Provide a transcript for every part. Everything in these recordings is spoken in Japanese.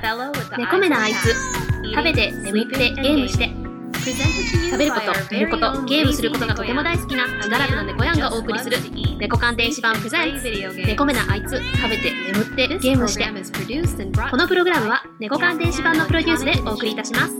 猫目なあいつ、食べて眠ってゲームして。食べること、寝ること、ゲームすることがとても大好きな自堕落な猫やんがお送りする猫鑑電子版プレゼンツ猫目なあいつ、食べて眠ってゲームして。このプログラムは猫鑑電子版のプロデュースでお送りいたします。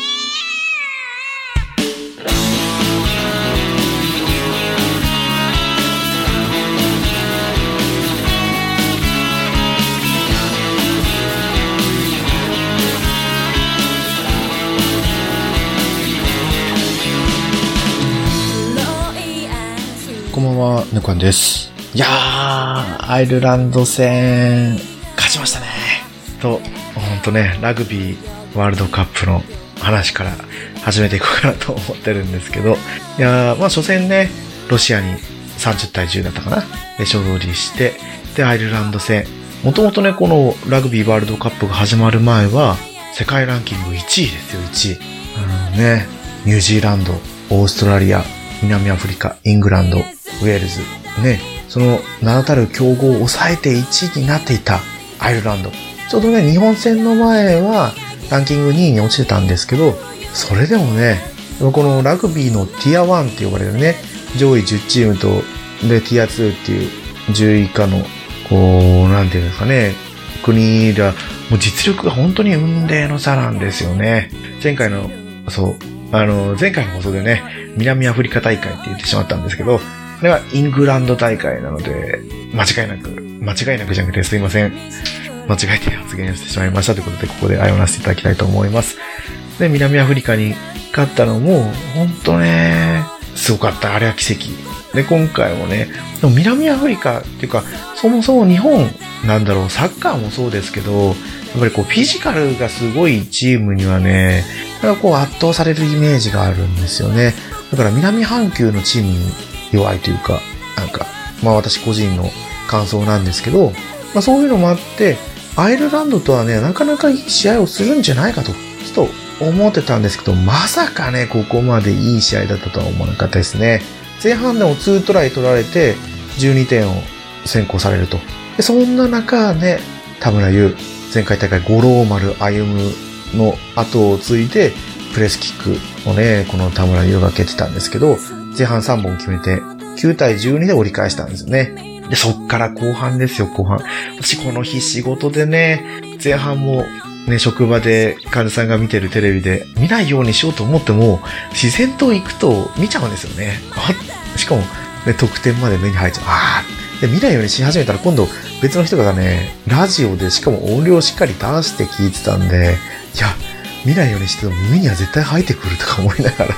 こんばんは、猫やんです。いやー、アイルランド戦、勝ちましたね。ほんとね、ラグビーワールドカップの話から始めていこうかなと思ってるんですけど、いやー、まあ初戦ね、ロシアに30対10だったかな。で、勝利して、で、アイルランド戦。もともとね、このラグビーワールドカップが始まる前は、世界ランキング1位ですよ、1位。ね、ニュージーランド、オーストラリア、南アフリカ、イングランド、ウェールズ、ね、その名だたる強豪を抑えて1位になっていたアイルランド。ちょうどね、日本戦の前はランキング2位に落ちてたんですけど、それでもね、このラグビーのティア1って呼ばれるね、上位10チームと、で、ティア2っていう10位以下の、こう、なんていうんですかね、国では、もう実力が本当に雲泥の差なんですよね。前回の放送でね、南アフリカ大会って言ってしまったんですけど、これはイングランド大会なので、間違いなくじゃなくてすいません。間違えて発言してしまいましたということで、ここで謝らせていただきたいと思います。で、南アフリカに勝ったのも、ほんとね、すごかった。あれは奇跡。で、今回もね、でも南アフリカっていうか、そもそも日本、サッカーもそうですけど、やっぱりこう、フィジカルがすごいチームにはね、なんかこう圧倒されるイメージがあるんですよね。だから南半球のチームに弱いというか、まあ私個人の感想なんですけど、まあそういうのもあって、アイルランドとはね、なかなかいい試合をするんじゃないかと、ちょっと思ってたんですけど、まさかね、ここまでいい試合だったとは思わなかったですね。前半でも2トライ取られて、12点を先行されると。でそんな中ね、田村優、前回大会五郎丸歩の後を継いで、プレスキックをね、この田村優が蹴ってたんですけど、前半3本決めて、9対12で折り返したんですよね。で、そっから後半ですよ、後半。私この日仕事でね、前半もね、職場で患者さんが見てるテレビで見ないようにしようと思っても、自然と行くと見ちゃうんですよね。しかも、ね、得点まで目に入っちゃう。で、見ないようにし始めたら今度別の人がね、ラジオでしかも音量しっかり出して聞いてたんで、いや、見ないようにしても耳には絶対入ってくるとか思いながら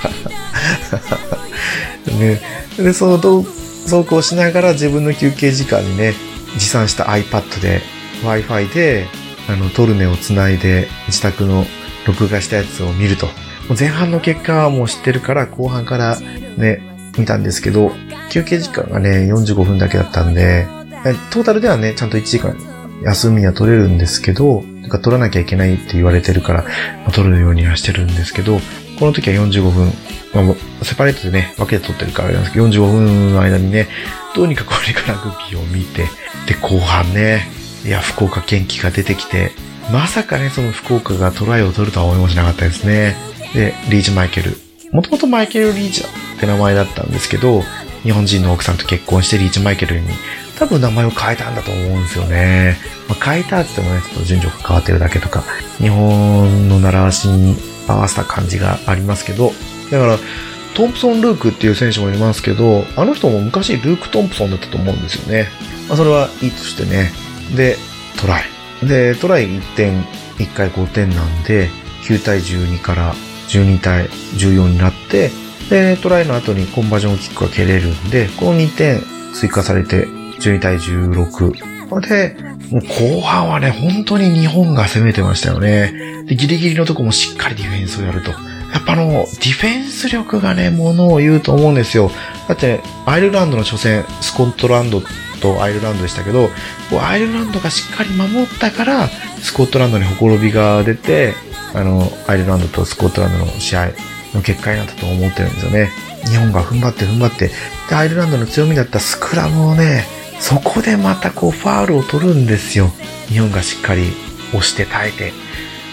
ね。で、そうこうしながら自分の休憩時間にね、持参した iPad で Wi-Fi でトルネをつないで自宅の録画したやつを見ると。前半の結果はもう知ってるから後半からね、見たんですけど、休憩時間がね、45分だけだったんで、トータルではね、ちゃんと1時間休みは取れるんですけど、取らなきゃいけないって言われてるから、取るようにはしてるんですけど、この時は45分、セパレートでね、分けて取ってるからあれなんですけど、45分の間にね、どうにかこれからラグビーを見て、で、後半ね、いや、福岡元気が出てきて、まさかね、その福岡がトライを取るとは思いもしなかったですね。で、リーチ・マイケル。もともとマイケル・リーチって名前だったんですけど、日本人の奥さんと結婚してリーチ・マイケルに多分名前を変えたんだと思うんですよね。変えたって言ってもね、ちょっと順序が変わってるだけとか、日本の習わしに合わせた感じがありますけど、だから、トンプソン・ルークっていう選手もいますけど、あの人も昔ルーク・トンプソンだったと思うんですよね。それはいいとしてね。で、トライ。で、トライ1点、1回5点なんで、9対12から12対14になって、で、トライの後にコンバージョンキックが蹴れるんで、この2点追加されて、12対16。で、もう後半はね、本当に日本が攻めてましたよね。で、ギリギリのとこもしっかりディフェンスをやると。やっぱディフェンス力がね、ものを言うと思うんですよ。だって、アイルランドの初戦、スコットランドとアイルランドでしたけど、アイルランドがしっかり守ったから、スコットランドにほころびが出て、アイルランドとスコットランドの試合の結果になったと思ってるんですよね。日本が踏ん張って、で、アイルランドの強みだったスクラムをね、そこでまたファウルを取るんですよ。日本がしっかり押して耐えて、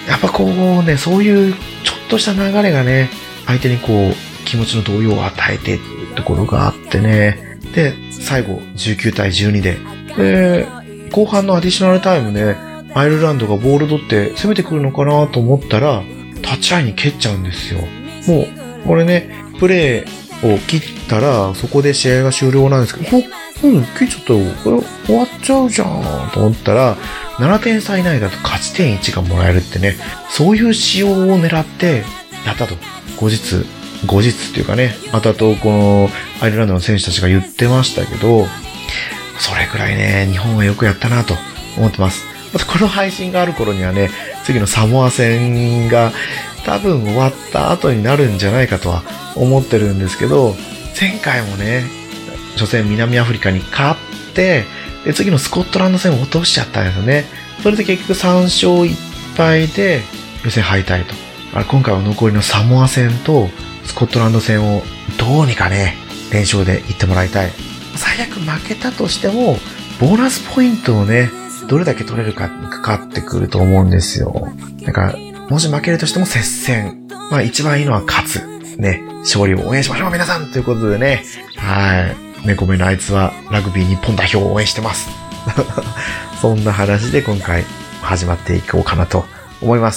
やっぱこうね、そういうちょっとした流れがね、相手にこう、気持ちの動揺を与えてっていうところがあってね。で、最後、19対12で。で、後半のアディショナルタイムね、アイルランドがボール取って攻めてくるのかなと思ったら、タッチラインに蹴っちゃうんですよ。もう、これね、プレーを切ったら、そこで試合が終了なんですけど、切っちゃったよ。これ終わっちゃうじゃんと思ったら、7点差以内だと勝ち点1がもらえるってね、そういう仕様を狙ってやったと。後日っていうかね、このアイルランドの選手たちが言ってましたけど、それくらいね、日本はよくやったなと思ってます。またこの配信がある頃にはね、次のサモア戦が多分終わった後になるんじゃないかとは思ってるんですけど、前回もね、初戦南アフリカに勝って、で、次のスコットランド戦を落としちゃったんですよね。それで結局3勝1敗で予選敗退と。今回は残りのサモア戦とスコットランド戦をどうにかね、連勝で行ってもらいたい。最悪負けたとしても、ボーナスポイントをね、どれだけ取れるかかかってくると思うんですよ。だから、もし負けるとしても接戦。一番いいのは勝つ。ね、勝利を応援しましょう皆さんということでね。はい。猫目のあいつはラグビー日本代表を応援してます。そんな話で今回始まっていこうかなと思います。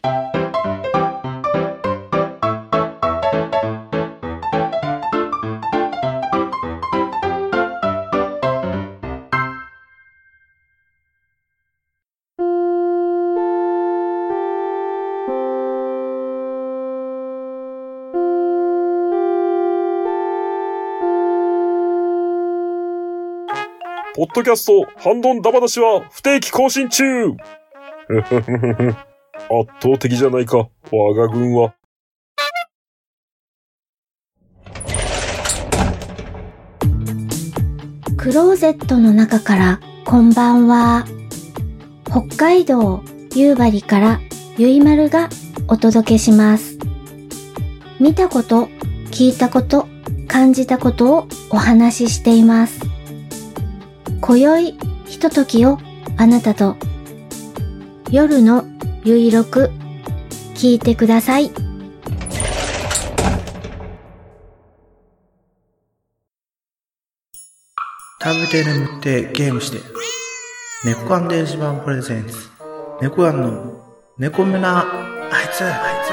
ポッドキャスト、ハンドンダバなしは不定期更新中圧倒的じゃないか、我が軍は。 クローゼットの中からこんばんは。北海道夕張からゆいまるがお届けします。見たこと、聞いたこと、感じたことをお話ししています。今宵ひとときをあなたと。夜のゆいろく聞いてください。 食べて眠ってゲームして。猫缶電子版プレゼンツ。猫缶の猫目なあいつ。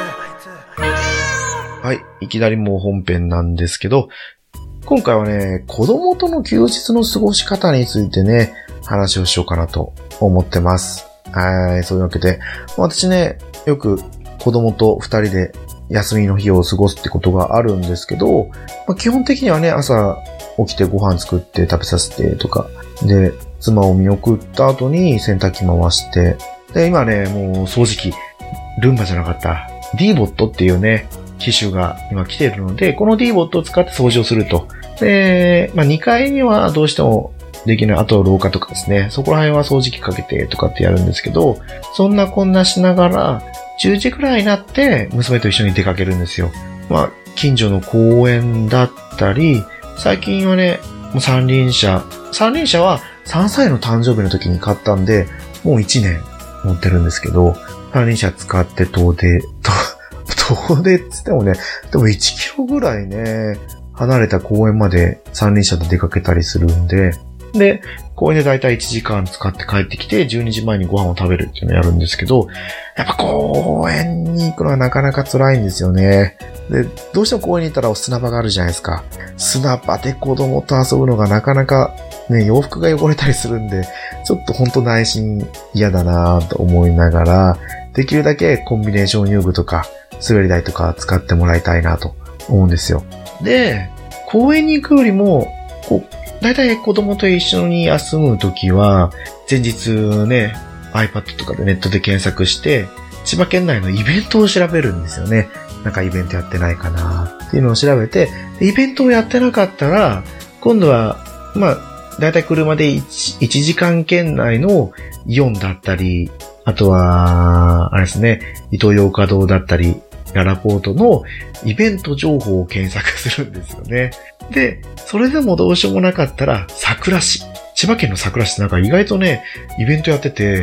はい、いきなりもう本編なんですけど、今回はね、子供との休日の過ごし方についてね、話をしようかなと思ってます。そういうわけで、私ね、よく子供と二人で休みの日を過ごすってことがあるんですけど、基本的にはね、朝起きてご飯作って食べさせてとか、で、妻を見送った後に洗濯機回して、で、今ね、もう掃除機、ルンバじゃなかった、D-BOT っていうね、機種が今来ているので、この D-BOT を使って掃除をすると。で、2階にはどうしてもできない。あと廊下とかですね。そこら辺は掃除機かけてとかってやるんですけど、そんなこんなしながら、10時くらいになって娘と一緒に出かけるんですよ。近所の公園だったり、最近はね、もう三輪車は3歳の誕生日の時に買ったんで、もう1年乗ってるんですけど、三輪車使って遠出って言ってもね、でも1キロぐらいね、離れた公園まで三輪車で出かけたりするんで、で、公園でだいたい1時間使って帰ってきて、12時前にご飯を食べるっていうのをやるんですけど、やっぱ公園に行くのはなかなか辛いんですよね。で、どうしても公園に行ったら砂場があるじゃないですか。砂場で子供と遊ぶのがなかなかね、洋服が汚れたりするんで、ちょっとほんと内心嫌だなぁと思いながら、できるだけコンビネーション遊具とか、滑り台とか使ってもらいたいなと思うんですよ。で、公園に行くよりも、だいたい子供と一緒に休むときは、前日ね、iPad とかでネットで検索して、千葉県内のイベントを調べるんですよね。なんかイベントやってないかなっていうのを調べて、イベントをやってなかったら、今度は、だいたい車で1時間圏内のイオンだったり、あとは、あれですね、イトーヨーカドーだったり、ララポートのイベント情報を検索するんですよね。で、それでもどうしようもなかったら、佐倉市。千葉県の佐倉市ってなんか意外とね、イベントやってて、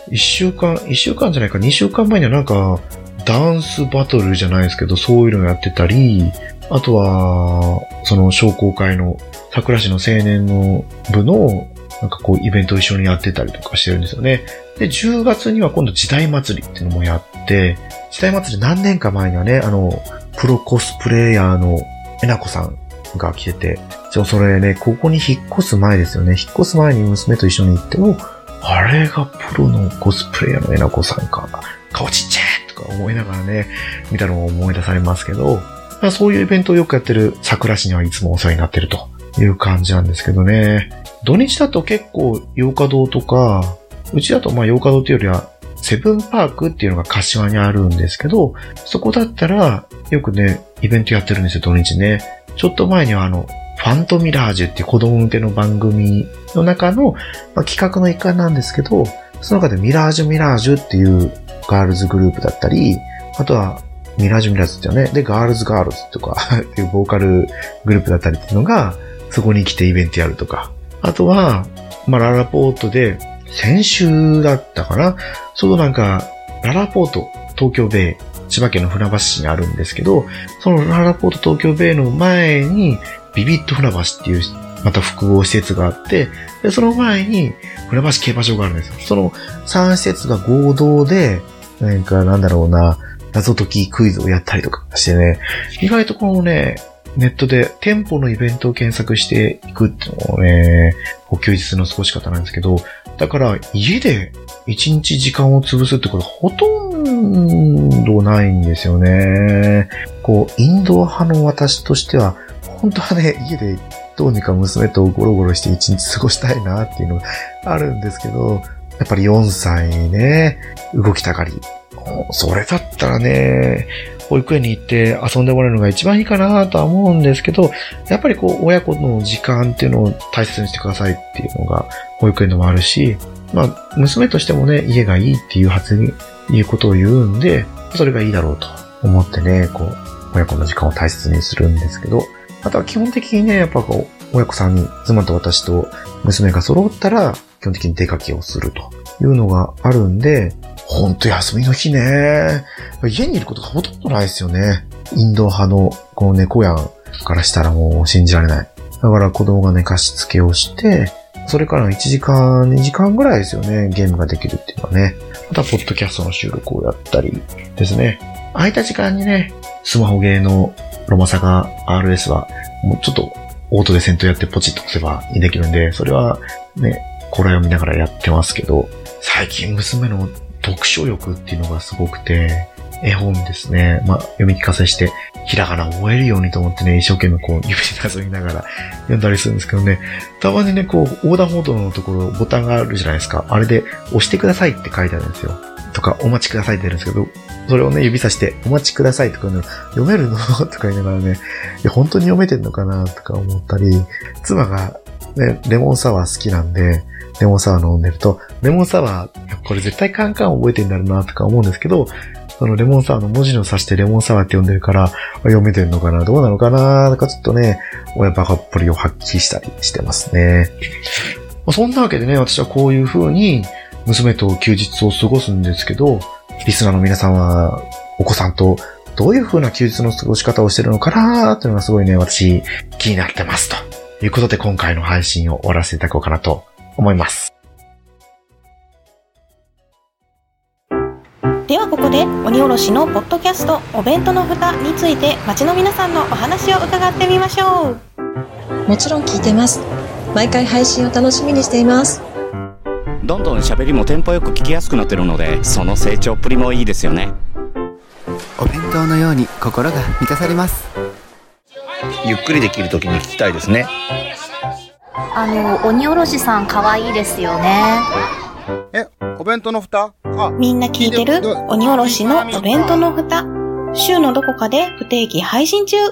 1週間じゃないか、2週間前にはなんか、ダンスバトルじゃないですけど、そういうのやってたり、あとは、その商工会の桜市の青年の部の、なんかこうイベントを一緒にやってたりとかしてるんですよね。で、10月には今度時代祭りっていうのもやって、時代祭り何年か前にはね、プロコスプレイヤーのえなこさんが来てて、それね、ここに引っ越す前ですよね。引っ越す前に娘と一緒に行っても、あれがプロのコスプレイヤーのえなこさんか。顔ちっちゃいとか思いながらね、見たのを思い出されますけど、そういうイベントをよくやってる桜市にはいつもお世話になってるという感じなんですけどね。土日だと結構、洋華堂とか、うちだと洋華堂っていうよりは、セブンパークっていうのが柏にあるんですけど、そこだったら、よくね、イベントやってるんですよ、土日ね。ちょっと前にはファントミラージュっていう子供向けの番組の中の、企画の一環なんですけど、その中でミラージュっていうガールズグループだったり、あとは、ミラージュってよね。で、ガールズとかっていうボーカルグループだったりっていうのが、そこに来てイベントやるとか。あとは、ララポートで、先週だったかな。なんか、ララポート、東京ベイ、千葉県の船橋市にあるんですけど、そのララポート東京ベイの前に、ビビット船橋っていう、また複合施設があって、で、その前に、船橋競馬場があるんですよ。その3施設が合同で、謎解きクイズをやったりとかしてね、意外とこのね、ネットで店舗のイベントを検索していくっていうのもね、休日の過ごし方なんですけど、だから家で1日時間を潰すってことはほとんどないんですよね。インドア派の私としては、本当はね、家でどうにか娘とゴロゴロして1日過ごしたいなっていうのがあるんですけど、やっぱり4歳ね、動きたがり。それだったらね、保育園に行って遊んでもらえるのが一番いいかなとは思うんですけど、やっぱり親子の時間っていうのを大切にしてくださいっていうのが保育園でもあるし、娘としてもね、家がいいっていうことを言うんで、それがいいだろうと思ってね、親子の時間を大切にするんですけど、あとは基本的にね、やっぱ親子さんに、妻と私と娘が揃ったら、基本的に出かけをするというのがあるんで、ほんと休みの日ね、家にいることがほとんどないですよね。インド派のこの猫やんからしたらもう信じられない。だから子供が寝かしつけをして、それから1時間、2時間ぐらいですよね、ゲームができるっていうのはね。あとはポッドキャストの収録をやったりですね。空いた時間にね、スマホゲーのロマサガ RS は、もうちょっとオートで戦闘やってポチッと押せばできるんで、それはね、これを見ながらやってますけど、最近娘の読書欲っていうのがすごくて、絵本ですね。読み聞かせして、ひらがなを覚えるようにと思ってね、一生懸命指でなぞりながら読んだりするんですけどね、たまにね、横断歩道のところボタンがあるじゃないですか。あれで押してくださいって書いてあるんですよ。とか、お待ちくださいって言うんですけど、それをね、指さして、お待ちくださいとか、ね、読めるのとか言いながらね、本当に読めてんのかなとか思ったり、妻がね、レモンサワー好きなんで、レモンサワー飲んでると、レモンサワー、これ絶対カンカン覚えてんだろうなとか思うんですけど、そのレモンサワーの文字の指してレモンサワーって読んでるから、読めてんのかなどうなのかなとかちょっとね、親バカっぽりを発揮したりしてますね。そんなわけでね、私はこういう風に娘と休日を過ごすんですけど、リスナーの皆さんはお子さんとどういう風な休日の過ごし方をしてるのかなというのがすごいね、私気になってますということで今回の配信を終わらせていただこうかなと思います。 ではここで鬼おろしのポッドキャストお弁当の蓋について街の皆さんのお話を伺ってみましょう。もちろん聞いてます。毎回配信を楽しみにしています。 どんどん喋りもテンポよく聞きやすくなってるので、その成長っぷりもいいですよね。 お弁当のように心が満たされます。 ゆっくりできるときに聞きたいですね。 鬼おろしさん可愛いですよね。 お弁当の蓋？ みんな聞いてる鬼おろしのお弁当の蓋。週のどこかで不定期配信中。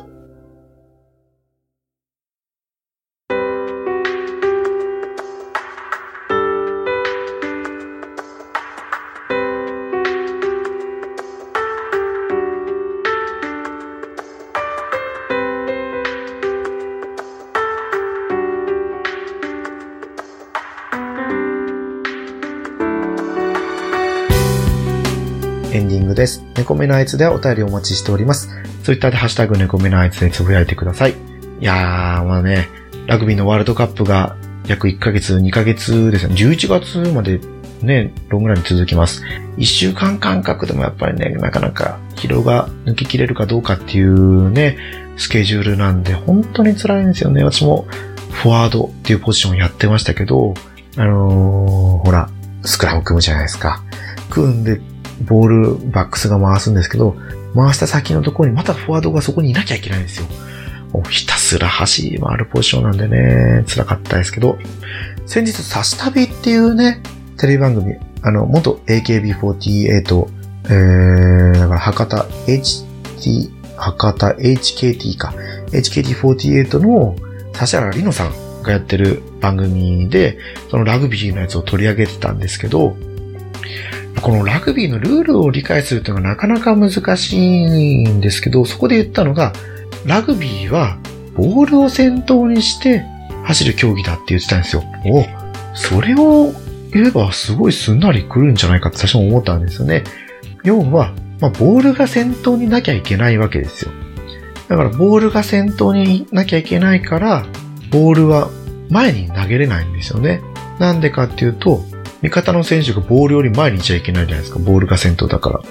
エンディングです。猫目のあいつではお便りお待ちしております。ツイッターでハッシュタグ猫目のあいつでつぶやいてください。いやー、まあね、ラグビーのワールドカップが約1ヶ月、2ヶ月ですね。11月までね、ロングランに続きます。1週間間隔でもやっぱりね、なかなか疲労が抜けきれるかどうかっていうね、スケジュールなんで本当に辛いんですよね。私もフォワードっていうポジションをやってましたけど、ほら、スクラム組むじゃないですか。組んで、ボール、バックスが回すんですけど、回した先のところにまたフォワードがそこにいなきゃいけないんですよ。もうひたすら走り回るポジションなんでね、辛かったですけど、先日、サシ旅っていうね、テレビ番組、元 AKB48、だから博多 HKT か。HKT48 の指原莉乃さんがやってる番組で、そのラグビーのやつを取り上げてたんですけど、このラグビーのルールを理解するっていうのがなかなか難しいんですけど、そこで言ったのが、ラグビーはボールを先頭にして走る競技だって言ってたんですよ。それを言えばすごいすんなり来るんじゃないかって最初も思ったんですよね。要は、ボールが先頭になきゃいけないわけですよ。だからボールが先頭になきゃいけないから、ボールは前に投げれないんですよね。なんでかっていうと、味方の選手がボールより前にいちゃいけないじゃないですか。ボールが先頭だから。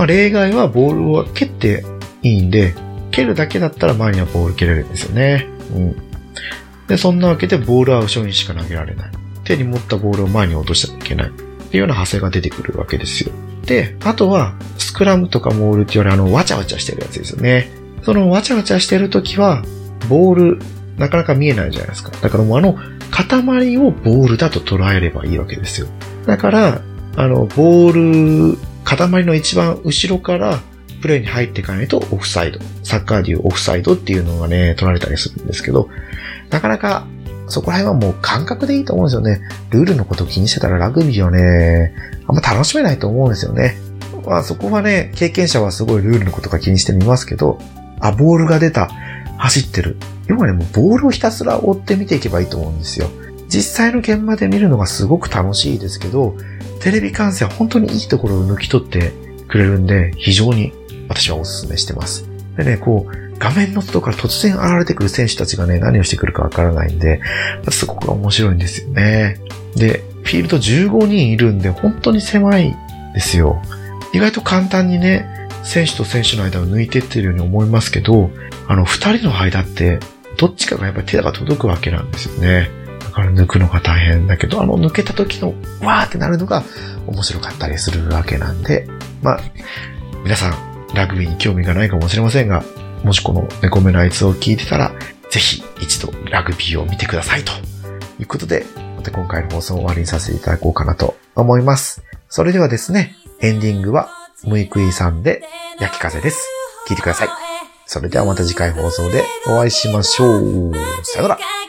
例外はボールを蹴っていいんで、蹴るだけだったら前にはボール蹴れるんですよね。で、そんなわけでボールは後ろにしか投げられない。手に持ったボールを前に落としちゃいけない。っていうような派生が出てくるわけですよ。で、あとは、スクラムとかモールっていうよりわちゃわちゃしてるやつですよね。そのわちゃわちゃしてるときは、ボール、なかなか見えないじゃないですか。だからもう塊をボールだと捉えればいいわけですよ。だから、ボール、塊の一番後ろからプレーに入っていかないとオフサイド。サッカーでいうオフサイドっていうのがね、取られたりするんですけど、なかなかそこら辺はもう感覚でいいと思うんですよね。ルールのことを気にしてたらラグビーをね、あんま楽しめないと思うんですよね。そこはね、経験者はすごいルールのことが気にしてみますけど、ボールが出た、走ってる。要はね、もうボールをひたすら追って見ていけばいいと思うんですよ。実際の現場で見るのがすごく楽しいですけど、テレビ観戦は本当にいいところを抜き取ってくれるんで、非常に私はお勧めしてます。でね、画面の外から突然現れてくる選手たちがね、何をしてくるかわからないんで、そこが面白いんですよね。で、フィールド15人いるんで、本当に狭いですよ。意外と簡単にね、選手と選手の間を抜いてってるように思いますけど、二人の間って、どっちかがやっぱり手が届くわけなんですよね。だから抜くのが大変だけど、抜けた時のわーってなるのが面白かったりするわけなんで、皆さん、ラグビーに興味がないかもしれませんが、もしこの猫目のあいつを聞いてたら、ぜひ一度ラグビーを見てくださいということで、また今回の放送を終わりにさせていただこうかなと思います。それではですね、エンディングはムイクイさんで焼き風です。聞いてください。それではまた次回放送でお会いしましょう。さよなら。